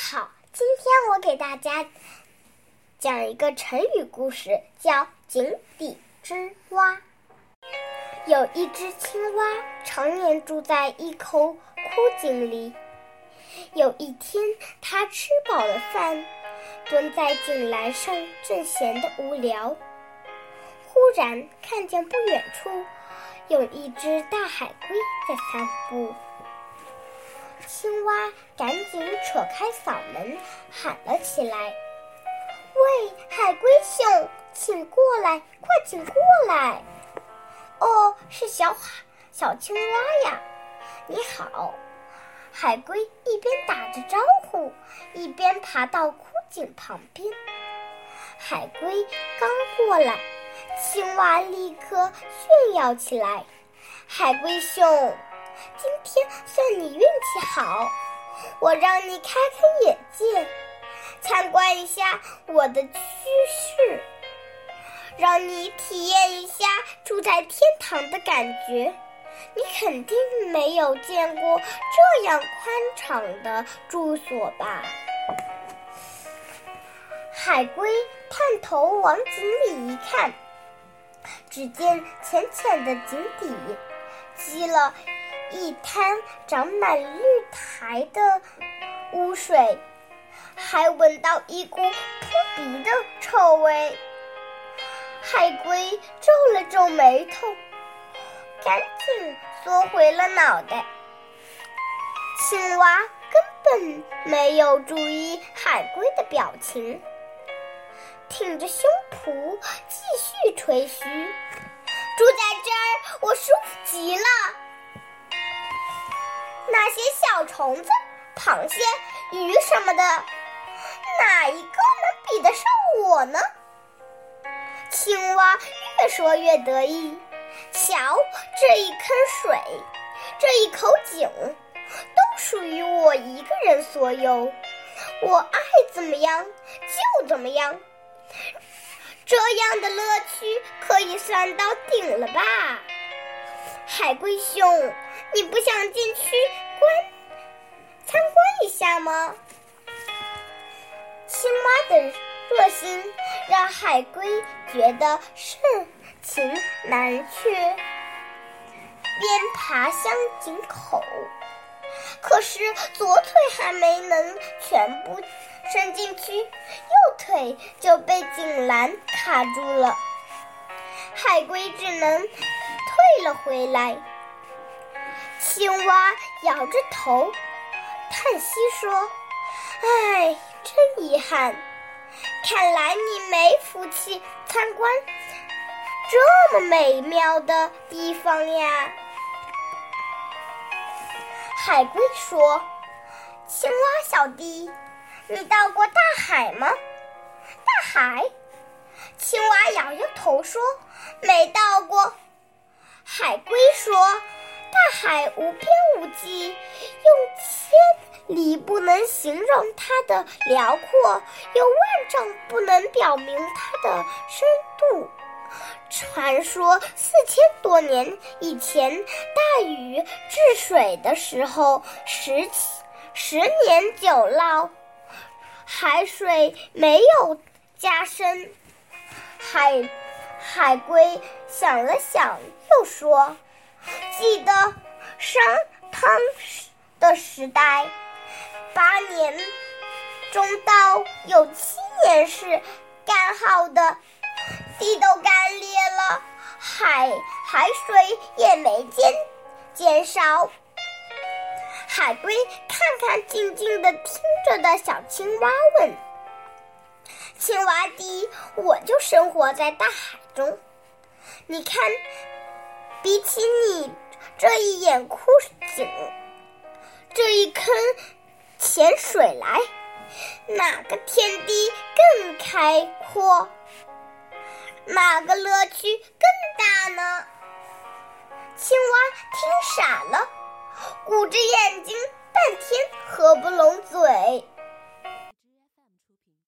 好，今天我给大家讲一个成语故事，叫井底之蛙。有一只青蛙，常年住在一口枯井里。有一天，它吃饱了饭，蹲在井栏上，正闲得无聊。忽然看见不远处有一只大海龟在散步。青蛙赶紧扯开嗓门喊了起来：“喂，海龟兄，请过来，快请过来！”哦，是小青蛙呀，你好。海龟一边打着招呼，一边爬到枯井旁边。海龟刚过来，青蛙立刻炫耀起来：“海龟兄，今天算你运气好，我让你开开眼界，参观一下我的居室，让你体验一下住在天堂的感觉。你肯定没有见过这样宽敞的住所吧？”海龟探头往井里一看，只见浅浅的井底积了一滩长满绿苔的污水，还闻到一股扑鼻的臭味。海龟皱了皱眉头，赶紧缩回了脑袋。青蛙根本没有注意海龟的表情，挺着胸脯继续吹嘘：“住在这儿，我舒服极了。那些小虫子、螃蟹、鱼什么的，哪一个能比得上我呢？”青蛙越说越得意，瞧，这一坑水，这一口井，都属于我一个人所有，我爱怎么样就怎么样。这样的乐趣可以算到顶了吧？海龟兄，你不想进去参观一下吗？青蛙的热心让海龟觉得盛情难却，边爬向井口，可是左腿还没能全部伸进去，右腿就被井栏卡住了。海龟只能退了回来。青蛙摇着头叹息说：“唉，真遗憾，看来你没福气参观这么美妙的地方呀。”海龟说：“青蛙小弟，你到过大海吗？”大海？青蛙摇摇头说：“没到过。”海龟说：“大海无边无际，用千里不能形容它的辽阔，用万丈不能表明它的深度。传说4000多年以前，大禹治水的时候，10年久涝，海水没有加深。”海龟想了想，又说：“记得商汤的时代，8年中稻，有7年是干旱的，地都干裂了，海水也没减少。”海龟看看静静地听着的小青蛙，问：“青蛙弟，我就生活在大海中，你看，比起你这一眼枯井，这一坑浅水来，哪个天地更开阔？哪个乐趣更大呢？”青蛙听傻了，鼓着眼睛半天合不拢嘴。